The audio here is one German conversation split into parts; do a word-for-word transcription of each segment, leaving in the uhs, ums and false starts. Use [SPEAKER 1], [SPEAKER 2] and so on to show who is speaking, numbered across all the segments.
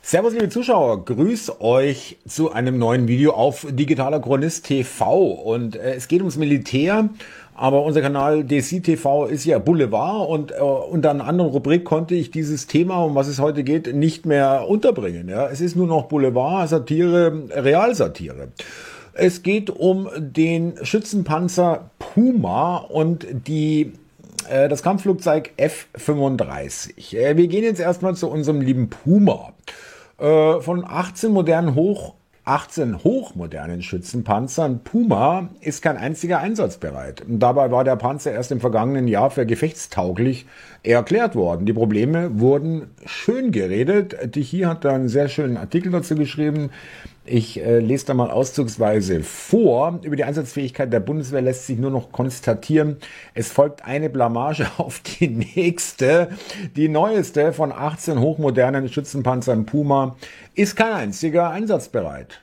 [SPEAKER 1] Servus liebe Zuschauer, grüß euch zu einem neuen Video auf Digitaler Chronist T V und äh, es geht ums Militär, aber unser Kanal D C T V ist ja Boulevard und äh, unter einer anderen Rubrik konnte ich dieses Thema, um was es heute geht, nicht mehr unterbringen. Ja? Es ist nur noch Boulevard, Satire, Realsatire. Es geht um den Schützenpanzer Puma und die äh, das Kampfflugzeug F fünfunddreißig. Äh, wir gehen jetzt erstmal zu unserem lieben Puma. Von achtzehn modernen Hoch, achtzehn hochmodernen Schützenpanzern Puma ist kein einziger einsatzbereit. Und dabei war der Panzer erst im vergangenen Jahr für gefechtstauglich erklärt worden. Die Probleme wurden schön geredet. Tichy hat da einen sehr schönen Artikel dazu geschrieben. Ich äh, lese da mal auszugsweise vor. Über die Einsatzfähigkeit der Bundeswehr lässt sich nur noch konstatieren, es folgt eine Blamage auf die nächste. Die neueste von achtzehn hochmodernen Schützenpanzern Puma ist kein einziger einsatzbereit.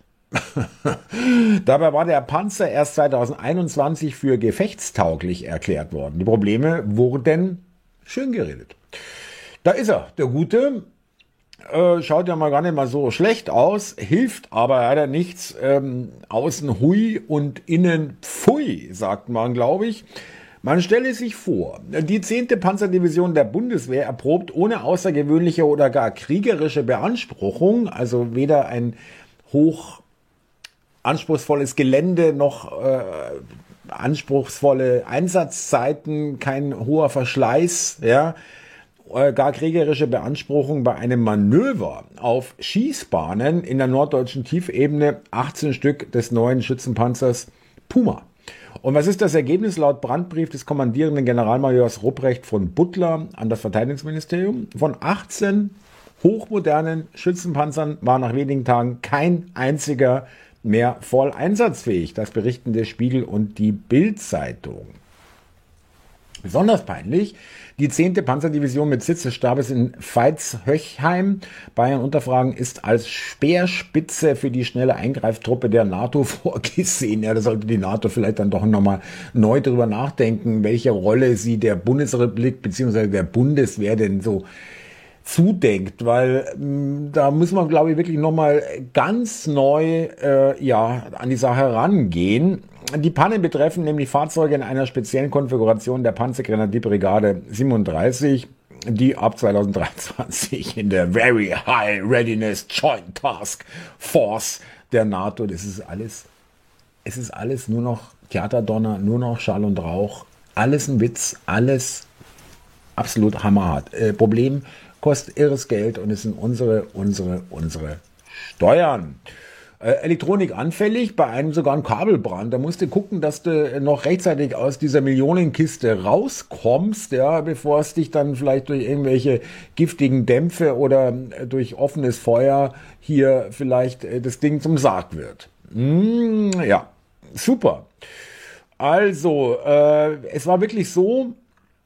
[SPEAKER 1] Dabei war der Panzer erst zweitausendeinundzwanzig für gefechtstauglich erklärt worden. Die Probleme wurden schön geredet. Da ist er, der Gute. Äh, schaut ja mal gar nicht mal so schlecht aus, hilft aber leider nichts. Ähm, außen hui und innen pfui, sagt man, glaube ich. Man stelle sich vor, die zehnte Panzerdivision der Bundeswehr erprobt ohne außergewöhnliche oder gar kriegerische Beanspruchung, also weder ein hoch anspruchsvolles Gelände noch äh, anspruchsvolle Einsatzzeiten, kein hoher Verschleiß, ja, gar kriegerische Beanspruchung bei einem Manöver auf Schießbahnen in der norddeutschen Tiefebene, achtzehn Stück des neuen Schützenpanzers Puma. Und was ist das Ergebnis laut Brandbrief des kommandierenden Generalmajors Rupprecht von Butler an das Verteidigungsministerium? Von achtzehn hochmodernen Schützenpanzern war nach wenigen Tagen kein einziger mehr voll einsatzfähig. Das berichten der Spiegel und die Bild-Zeitung. Besonders peinlich, die zehnte Panzerdivision mit Sitz des Stabes in Veitshöchheim, Bayern-Unterfranken, ist als Speerspitze für die schnelle Eingreiftruppe der NATO vorgesehen. Ja, da sollte die NATO vielleicht dann doch nochmal neu drüber nachdenken, welche Rolle sie der Bundesrepublik bzw. der Bundeswehr denn so zudenkt, weil mh, da muss man, glaube ich, wirklich nochmal ganz neu äh, ja, an die Sache rangehen. Die Pannen betreffen nämlich Fahrzeuge in einer speziellen Konfiguration der Panzergrenadierbrigade siebenunddreißig, die ab zweitausenddreiundzwanzig in der Very High Readiness Joint Task Force der NATO, das ist alles, es ist alles nur noch Theaterdonner, nur noch Schall und Rauch, alles ein Witz, alles absolut hammerhart. Äh, Problem, kostet irres Geld und es sind unsere, unsere, unsere Steuern. Äh, Elektronik anfällig, bei einem sogar ein Kabelbrand. Da musst du gucken, dass du noch rechtzeitig aus dieser Millionenkiste rauskommst, ja, bevor es dich dann vielleicht durch irgendwelche giftigen Dämpfe oder durch offenes Feuer hier vielleicht äh, das Ding zum Sarg wird. Mm, ja, super. Also, äh, es war wirklich so,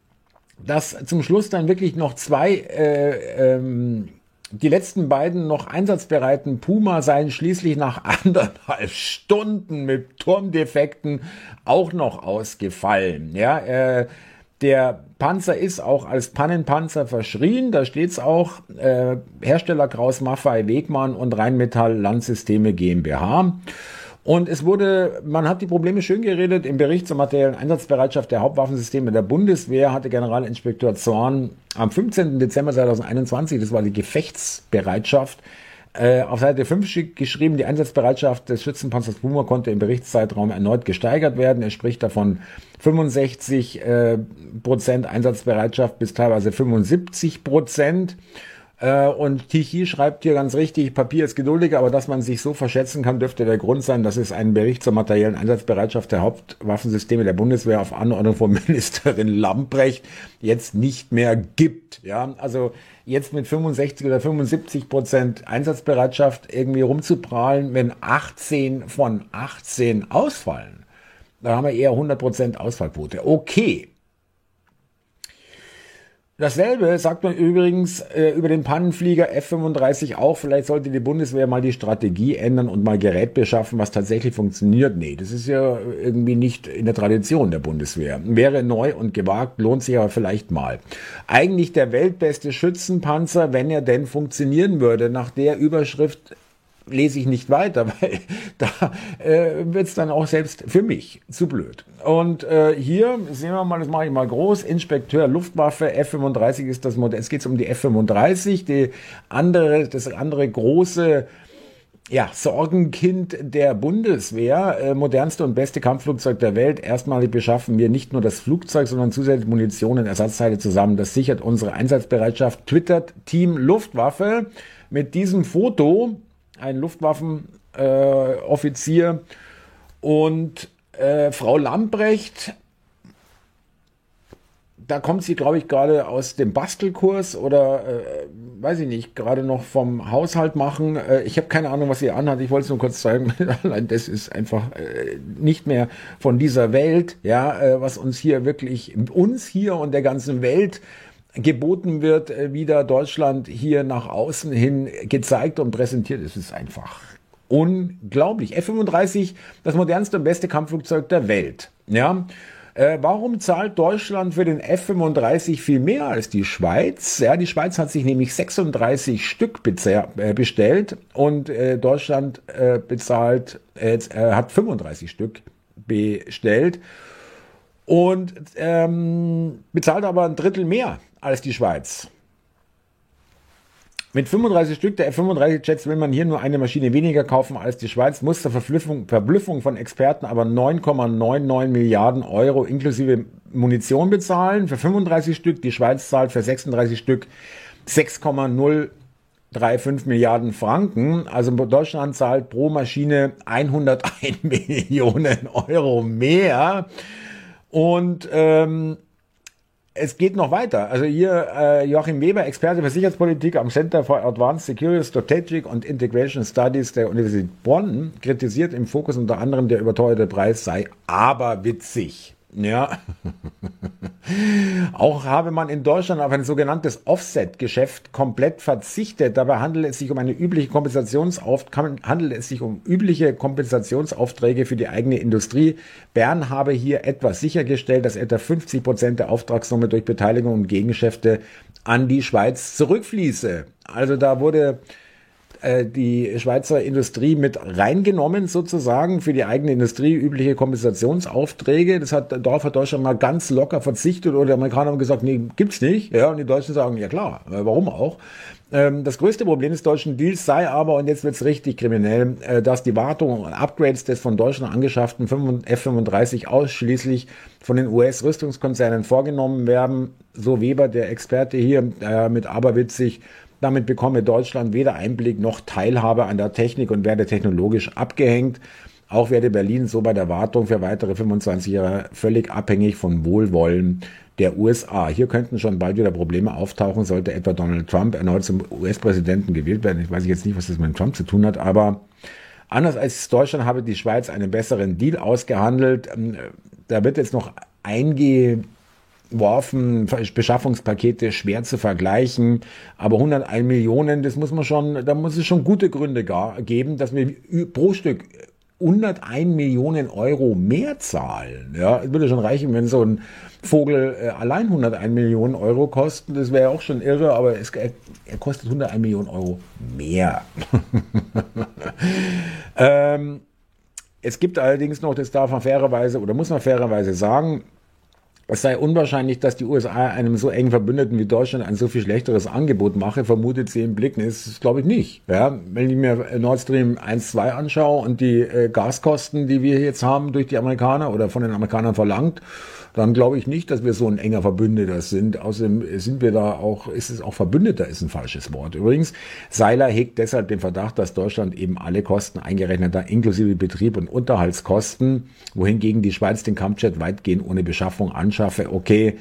[SPEAKER 1] dass zum Schluss dann wirklich noch zwei, äh, ähm, die letzten beiden noch einsatzbereiten Puma seien schließlich nach anderthalb Stunden mit Turmdefekten auch noch ausgefallen. Ja, äh, der Panzer ist auch als Pannenpanzer verschrien, da steht's auch, äh, Hersteller Kraus Maffei Wegmann und Rheinmetall Landsysteme GmbH. Und es wurde, man hat die Probleme schön geredet. Im Bericht zur materiellen Einsatzbereitschaft der Hauptwaffensysteme der Bundeswehr hatte Generalinspektor Zorn am fünfzehnten Dezember zweitausendeinundzwanzig, das war die Gefechtsbereitschaft, äh, auf Seite fünf geschrieben, die Einsatzbereitschaft des Schützenpanzers Puma konnte im Berichtszeitraum erneut gesteigert werden. Er spricht davon fünfundsechzig Prozent Einsatzbereitschaft bis teilweise fünfundsiebzig Prozent. Und Tichy schreibt hier ganz richtig, Papier ist geduldig, aber dass man sich so verschätzen kann, dürfte der Grund sein, dass es einen Bericht zur materiellen Einsatzbereitschaft der Hauptwaffensysteme der Bundeswehr auf Anordnung von Ministerin Lambrecht jetzt nicht mehr gibt. Ja, also jetzt mit fünfundsechzig oder fünfundsiebzig Prozent Einsatzbereitschaft irgendwie rumzuprahlen, wenn achtzehn von achtzehn ausfallen, dann haben wir eher hundert Prozent Ausfallquote. Okay. Dasselbe sagt man übrigens äh, über den Pannenflieger F fünfunddreißig auch. Vielleicht sollte die Bundeswehr mal die Strategie ändern und mal Gerät beschaffen, was tatsächlich funktioniert. Nee, das ist ja irgendwie nicht in der Tradition der Bundeswehr. Wäre neu und gewagt, lohnt sich aber vielleicht mal. Eigentlich der weltbeste Schützenpanzer, wenn er denn funktionieren würde. Nach der Überschrift lese ich nicht weiter, weil da äh, wird es dann auch selbst für mich zu blöd. Und äh, hier sehen wir mal, das mache ich mal groß, Inspekteur Luftwaffe, F fünfunddreißig ist das Modell. Es geht um die F fünfunddreißig, die andere, das andere große ja, Sorgenkind der Bundeswehr, äh, modernste und beste Kampfflugzeug der Welt. Erstmalig beschaffen wir nicht nur das Flugzeug, sondern zusätzlich Munition und Ersatzteile zusammen. Das sichert unsere Einsatzbereitschaft, twittert Team Luftwaffe mit diesem Foto. Ein Luftwaffenoffizier äh, und äh, Frau Lambrecht, da kommt sie, glaube ich, gerade aus dem Bastelkurs oder, äh, weiß ich nicht, gerade noch vom Haushalt machen. Äh, ich habe keine Ahnung, was sie anhat. Ich wollte es nur kurz zeigen. Allein das ist einfach äh, nicht mehr von dieser Welt, ja, äh, was uns hier wirklich, uns hier und der ganzen Welt geboten wird, wieder Deutschland hier nach außen hin gezeigt und präsentiert. Es ist einfach unglaublich. F fünfunddreißig, das modernste und beste Kampfflugzeug der Welt. Ja, äh, warum zahlt Deutschland für den F fünfunddreißig viel mehr als die Schweiz? Ja, die Schweiz hat sich nämlich sechsunddreißig Stück bestellt und äh, Deutschland äh, bezahlt, äh, hat fünfunddreißig Stück bestellt und ähm, bezahlt aber ein Drittel mehr als die Schweiz. Mit fünfunddreißig Stück der F fünfunddreißig Jets will man hier nur eine Maschine weniger kaufen als die Schweiz, muss zur Verblüffung, Verblüffung von Experten aber neun Komma neunundneunzig Milliarden Euro inklusive Munition bezahlen. Für fünfunddreißig Stück, die Schweiz zahlt für sechsunddreißig Stück sechs Komma null fünfunddreißig Milliarden Franken. Also Deutschland zahlt pro Maschine hunderteins Millionen Euro mehr. Und ähm, es geht noch weiter. Also hier äh, Joachim Weber, Experte für Sicherheitspolitik am Center for Advanced Security Strategic and Integration Studies der Universität Bonn, kritisiert im Fokus unter anderem, der überteuerte Preis sei aberwitzig. Ja, auch habe man in Deutschland auf ein sogenanntes Offset-Geschäft komplett verzichtet. Dabei handelt es sich um eine übliche Kompensationsauf handelt es sich um übliche Kompensationsaufträge für die eigene Industrie. Bern habe hier etwas sichergestellt, dass etwa fünfzig Prozent der Auftragssumme durch Beteiligung und Gegengeschäfte an die Schweiz zurückfließe. Also da wurde die Schweizer Industrie mit reingenommen sozusagen für die eigene Industrie übliche Kompensationsaufträge. Das hat, darauf hat Deutschland mal ganz locker verzichtet oder die Amerikaner haben gesagt, nee, gibt's nicht. Ja, und die Deutschen sagen, ja klar, warum auch? Das größte Problem des deutschen Deals sei aber, und jetzt wird's richtig kriminell, dass die Wartung und Upgrades des von Deutschland angeschafften F fünfunddreißig ausschließlich von den U S-Rüstungskonzernen vorgenommen werden. So Weber, der Experte hier, mit aberwitzig. Damit bekomme Deutschland weder Einblick noch Teilhabe an der Technik und werde technologisch abgehängt. Auch werde Berlin so bei der Wartung für weitere fünfundzwanzig Jahre völlig abhängig von Wohlwollen der U S A. Hier könnten schon bald wieder Probleme auftauchen, sollte etwa Donald Trump erneut zum U S-Präsidenten gewählt werden. Ich weiß jetzt nicht, was das mit Trump zu tun hat, aber anders als Deutschland habe die Schweiz einen besseren Deal ausgehandelt. Da wird jetzt noch einge Worfen, Beschaffungspakete schwer zu vergleichen, aber hunderteins Millionen, das muss man schon, da muss es schon gute Gründe geben, dass wir pro Stück hunderteins Millionen Euro mehr zahlen. Ja, es würde schon reichen, wenn so ein Vogel äh, allein hunderteins Millionen Euro kosten, das wäre auch schon irre, aber es, er, er kostet hunderteins Millionen Euro mehr. ähm, es gibt allerdings noch, das darf man fairerweise oder muss man fairerweise sagen, es sei unwahrscheinlich, dass die U S A einem so engen Verbündeten wie Deutschland ein so viel schlechteres Angebot mache, vermutet sie im Blick. Das glaube ich nicht. Ja, wenn ich mir Nord Stream eins, zwei anschaue und die äh, Gaskosten, die wir jetzt haben durch die Amerikaner oder von den Amerikanern verlangt, dann glaube ich nicht, dass wir so ein enger Verbündeter sind. Außerdem sind wir da auch, ist es auch Verbündeter, ist ein falsches Wort. Übrigens, Seiler hegt deshalb den Verdacht, dass Deutschland eben alle Kosten eingerechnet hat, inklusive Betrieb und Unterhaltskosten, wohingegen die Schweiz den Kampfjet weitgehend ohne Beschaffung anschaffe. Okay,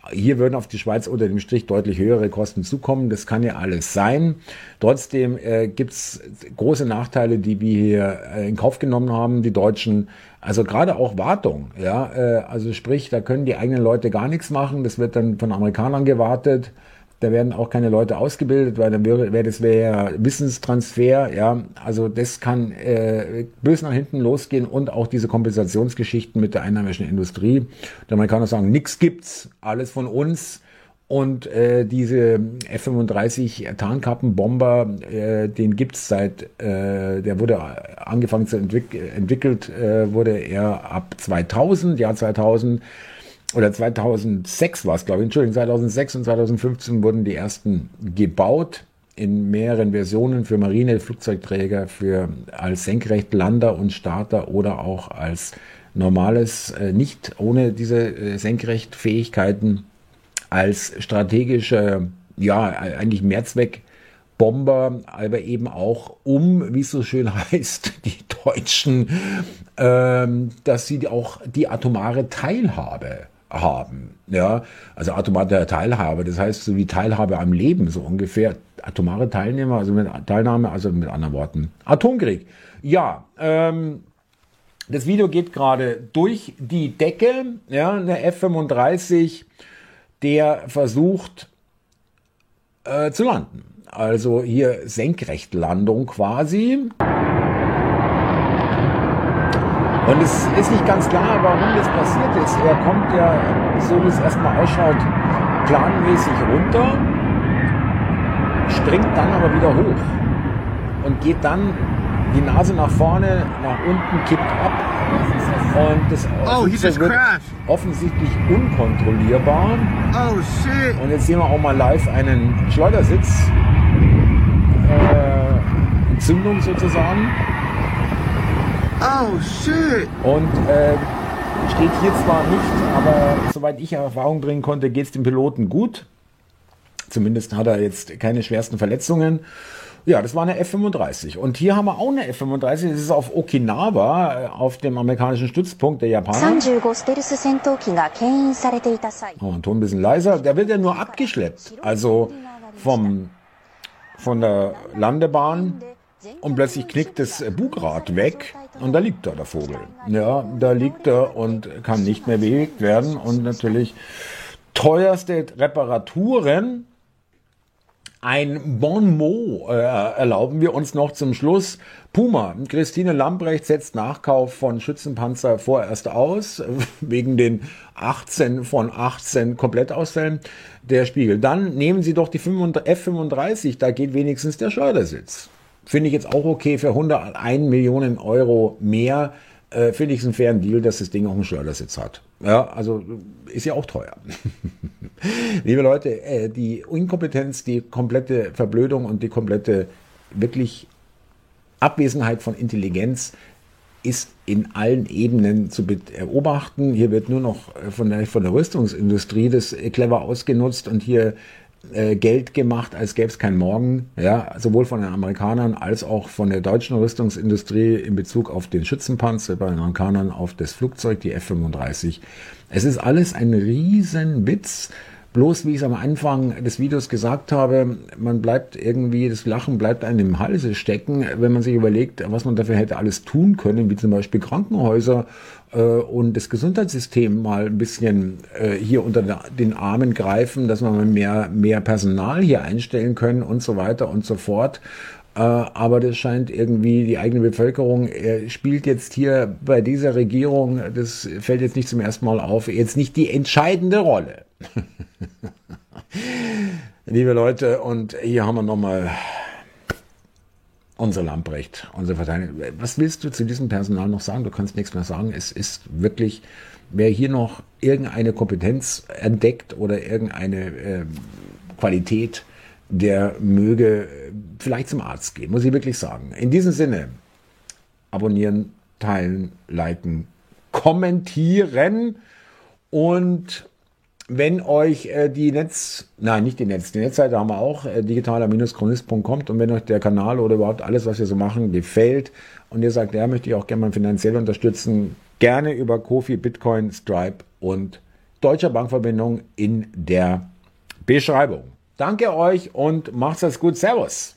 [SPEAKER 1] Hier würden auf die Schweiz unter dem Strich deutlich höhere Kosten zukommen. Das kann ja alles sein. Trotzdem äh, gibt's große Nachteile, die wir hier äh, in Kauf genommen haben, die Deutschen. Also gerade auch Wartung. Ja, äh, also sprich, da können die eigenen Leute gar nichts machen. Das wird dann von Amerikanern gewartet. Da werden auch keine Leute ausgebildet, weil dann wäre wär, das wäre ja Wissenstransfer, ja, also das kann äh, böse nach hinten losgehen und auch diese Kompensationsgeschichten mit der einheimischen Industrie. Da man kann auch sagen, nichts gibt's, alles von uns und äh, diese F fünfunddreißig Tarnkappenbomber, äh, den gibt's seit, äh, der wurde angefangen zu entwick entwickelt, äh, wurde er ab zweitausend, Jahr zweitausend. Oder zweitausendsechs war es, glaube ich, Entschuldigung, zweitausendsechs und zweitausendfünfzehn wurden die ersten gebaut in mehreren Versionen für Marine, Flugzeugträger, für als Senkrechtlander und Starter oder auch als normales, äh, nicht ohne diese äh, Senkrechtfähigkeiten, als strategische, ja, eigentlich Mehrzweckbomber, aber eben auch um, wie es so schön heißt, die Deutschen, ähm, dass sie auch die atomare Teilhabe haben, ja, also atomare Teilhabe, das heißt so wie Teilhabe am Leben, so ungefähr, atomare Teilnehmer, also mit Teilnahme, also mit anderen Worten, Atomkrieg. Ja, ähm, das Video geht gerade durch die Decke, ja, eine F fünfunddreißig, der versucht äh, zu landen, also hier Senkrechtlandung quasi. Und es ist nicht ganz klar, warum das passiert ist. Er kommt ja, so wie es erstmal ausschaut, planmäßig runter, springt dann aber wieder hoch und geht dann die Nase nach vorne, nach unten, kippt ab. Und das
[SPEAKER 2] oh, he just
[SPEAKER 1] wird
[SPEAKER 2] crashed.
[SPEAKER 1] offensichtlich unkontrollierbar.
[SPEAKER 2] Oh shit!
[SPEAKER 1] Und jetzt sehen wir auch mal live einen Schleudersitz, äh, Entzündung sozusagen.
[SPEAKER 2] Oh shit!
[SPEAKER 1] Und äh, steht hier zwar nicht, aber soweit ich Erfahrung bringen konnte, geht es dem Piloten gut. Zumindest hat er jetzt keine schwersten Verletzungen. Ja, das war eine F fünfunddreißig. Und hier haben wir auch eine F fünfunddreißig. Das ist auf Okinawa, auf dem amerikanischen Stützpunkt der Japaner. Oh, ein Ton ein bisschen leiser. Der wird ja nur abgeschleppt. Also vom, von der Landebahn. Und plötzlich knickt das Bugrad weg und da liegt er, der Vogel. Ja, da liegt er und kann nicht mehr bewegt werden. Und natürlich teuerste Reparaturen. Ein Bon mot äh, erlauben wir uns noch zum Schluss. Puma, Christine Lambrecht setzt Nachkauf von Schützenpanzer vorerst aus, wegen den achtzehn von achtzehn Komplettausfällen. Der Spiegel. Dann nehmen Sie doch die F fünfunddreißig, da geht wenigstens der Schleudersitz. Finde ich jetzt auch okay, für hunderteins Millionen Euro mehr, äh, finde ich es einen fairen Deal, dass das Ding auch einen Schleudersitz hat. Ja, also ist ja auch teuer. Liebe Leute, äh, die Inkompetenz, die komplette Verblödung und die komplette wirklich Abwesenheit von Intelligenz ist in allen Ebenen zu beobachten. Hier wird nur noch von der, von der Rüstungsindustrie das clever ausgenutzt und hier äh, Geld gemacht, als gäbe es kein Morgen. Ja, sowohl von den Amerikanern als auch von der deutschen Rüstungsindustrie in Bezug auf den Schützenpanzer, bei den Amerikanern auf das Flugzeug, die F fünfunddreißig. Es ist alles ein Riesenwitz. Bloß, wie ich es am Anfang des Videos gesagt habe, man bleibt irgendwie, das Lachen bleibt einem im Halse stecken, wenn man sich überlegt, was man dafür hätte alles tun können, wie zum Beispiel Krankenhäuser äh, und das Gesundheitssystem mal ein bisschen äh, hier unter den Armen greifen, dass man mehr, mehr Personal hier einstellen können und so weiter und so fort. Äh, aber das scheint irgendwie, die eigene Bevölkerung äh, spielt jetzt hier bei dieser Regierung, das fällt jetzt nicht zum ersten Mal auf, jetzt nicht die entscheidende Rolle. Liebe Leute, und hier haben wir nochmal unser Lambrecht, unsere Verteidigung. Was willst du zu diesem Personal noch sagen? Du kannst nichts mehr sagen. Es ist wirklich, wer hier noch irgendeine Kompetenz entdeckt oder irgendeine äh, Qualität, der möge vielleicht zum Arzt gehen, muss ich wirklich sagen. In diesem Sinne, abonnieren, teilen, liken, kommentieren und wenn euch äh, die Netz, nein, nicht die Netz, die Netzseite haben wir auch, äh, digitaler Chronist punkt com, und wenn euch der Kanal oder überhaupt alles, was wir so machen, gefällt und ihr sagt, ja, möchte ich auch gerne mal finanziell unterstützen, gerne über Ko-fi, Bitcoin, Stripe und deutscher Bankverbindung in der Beschreibung. Danke euch und macht's das gut. Servus.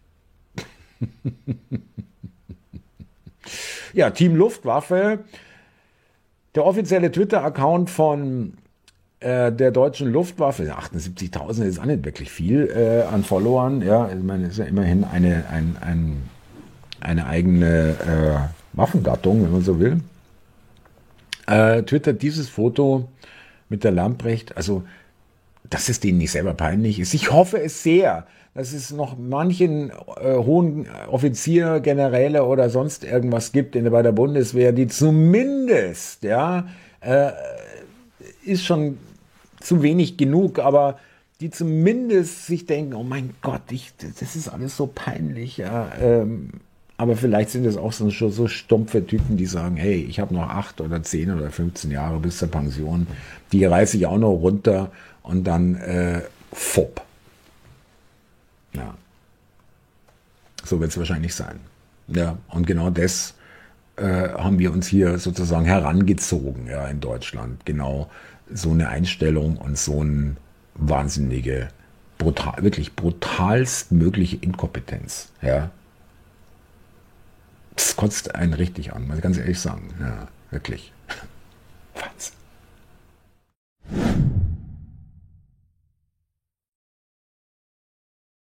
[SPEAKER 1] Ja, Team Luftwaffe, der offizielle Twitter-Account von äh, der deutschen Luftwaffe, achtundsiebzigtausend ist auch nicht wirklich viel äh, an Followern, ja, ich meine, ist ja immerhin eine, ein, ein, eine eigene äh, Waffengattung, wenn man so will, äh, twittert dieses Foto mit der Lamprecht, also dass es denen nicht selber peinlich ist. Ich hoffe es sehr, dass es noch manchen äh, hohen Offizier, Generäle oder sonst irgendwas gibt in, bei der Bundeswehr, die zumindest, ja, äh, ist schon zu wenig genug, aber die zumindest sich denken, oh mein Gott, ich, das ist alles so peinlich, ja, ähm, aber vielleicht sind es auch so, so stumpfe Typen, die sagen, hey, ich habe noch acht oder zehn oder fünfzehn Jahre bis zur Pension, die reiße ich auch noch runter und dann äh, fopp. Ja. So wird es wahrscheinlich sein. Ja, und genau das äh, haben wir uns hier sozusagen herangezogen, ja, in Deutschland. Genau so eine Einstellung und so eine wahnsinnige, brutal, wirklich brutalst mögliche Inkompetenz. Ja. Das kotzt einen richtig an, muss ich ganz ehrlich sagen. Ja, wirklich. Wahnsinn.